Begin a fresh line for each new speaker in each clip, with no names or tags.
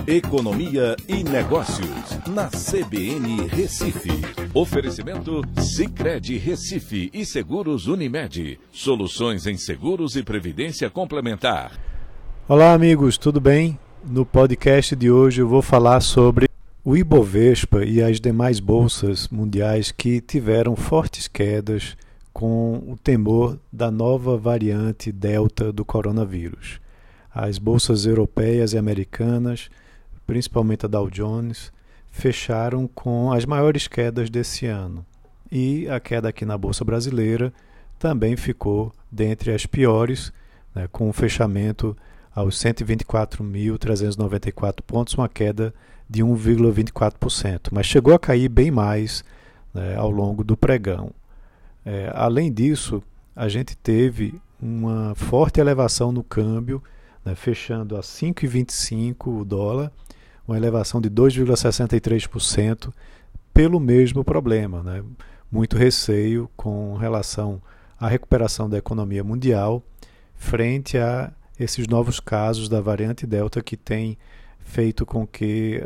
Economia e Negócios, na CBN Recife. Oferecimento Sicredi Recife e Seguros Unimed. Soluções em seguros e previdência complementar.
Olá amigos, tudo bem? No podcast de hoje eu vou falar sobre o Ibovespa e as demais bolsas mundiais que tiveram fortes quedas com o temor da nova variante Delta do coronavírus. As bolsas europeias e americanas, principalmente a Dow Jones, fecharam com as maiores quedas desse ano. E a queda aqui na Bolsa Brasileira também ficou dentre as piores, com um fechamento aos 124.394 pontos, uma queda de 1,24%. Mas chegou a cair bem mais ao longo do pregão. Além disso, a gente teve uma forte elevação no câmbio, fechando a 5,25 o dólar, uma elevação de 2,63% pelo mesmo problema, muito receio com relação à recuperação da economia mundial frente a esses novos casos da variante Delta que tem feito com que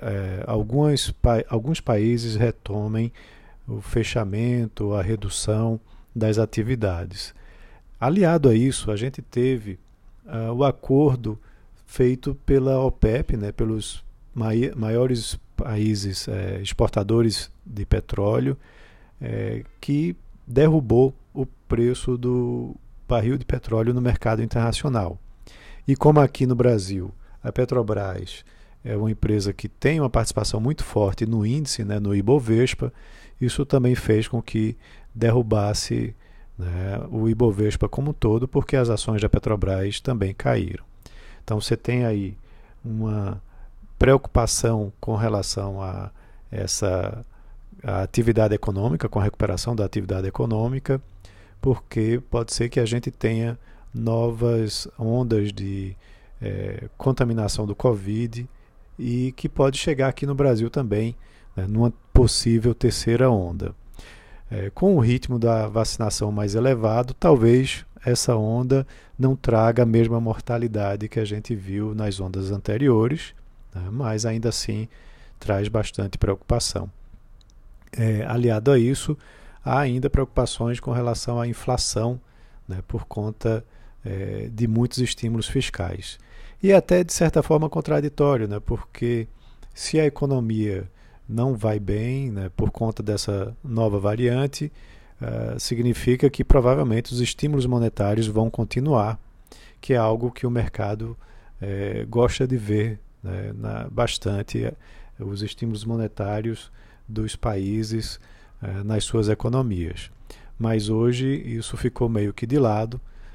alguns países retomem o fechamento, a redução das atividades. Aliado a isso, a gente teve o acordo feito pela OPEP, pelos maiores países exportadores de petróleo, que derrubou o preço do barril de petróleo no mercado internacional. E como aqui no Brasil a Petrobras é uma empresa que tem uma participação muito forte no índice, no Ibovespa, isso também fez com que derrubasse o Ibovespa como um todo, porque as ações da Petrobras também caíram. Então você tem aí uma preocupação com relação a essa atividade econômica, com a recuperação da atividade econômica, porque pode ser que a gente tenha novas ondas de contaminação do Covid e que pode chegar aqui no Brasil também, numa possível terceira onda. Com o ritmo da vacinação mais elevado, talvez essa onda não traga a mesma mortalidade que a gente viu nas ondas anteriores, mas ainda assim traz bastante preocupação. Aliado a isso, há ainda preocupações com relação à inflação, por conta de muitos estímulos fiscais. E até de certa forma contraditório, porque se a economia não vai bem, por conta dessa nova variante, significa que provavelmente os estímulos monetários vão continuar, que é algo que o mercado gosta de ver bastante, os estímulos monetários dos países nas suas economias. Mas hoje isso ficou meio que de lado.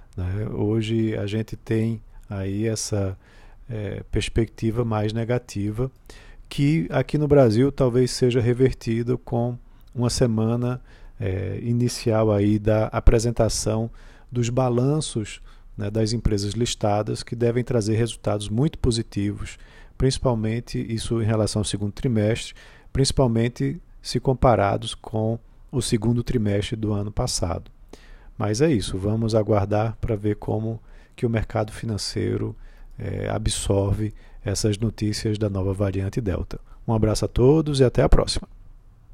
Hoje a gente tem aí essa perspectiva mais negativa, que aqui no Brasil talvez seja revertida com uma semana inicial aí da apresentação dos balanços das empresas listadas, que devem trazer resultados muito positivos, principalmente isso em relação ao segundo trimestre, principalmente se comparados com o segundo trimestre do ano passado. Mas é isso, vamos aguardar para ver como que o mercado financeiro absorve essas notícias da nova variante Delta. Um abraço a todos e até a próxima.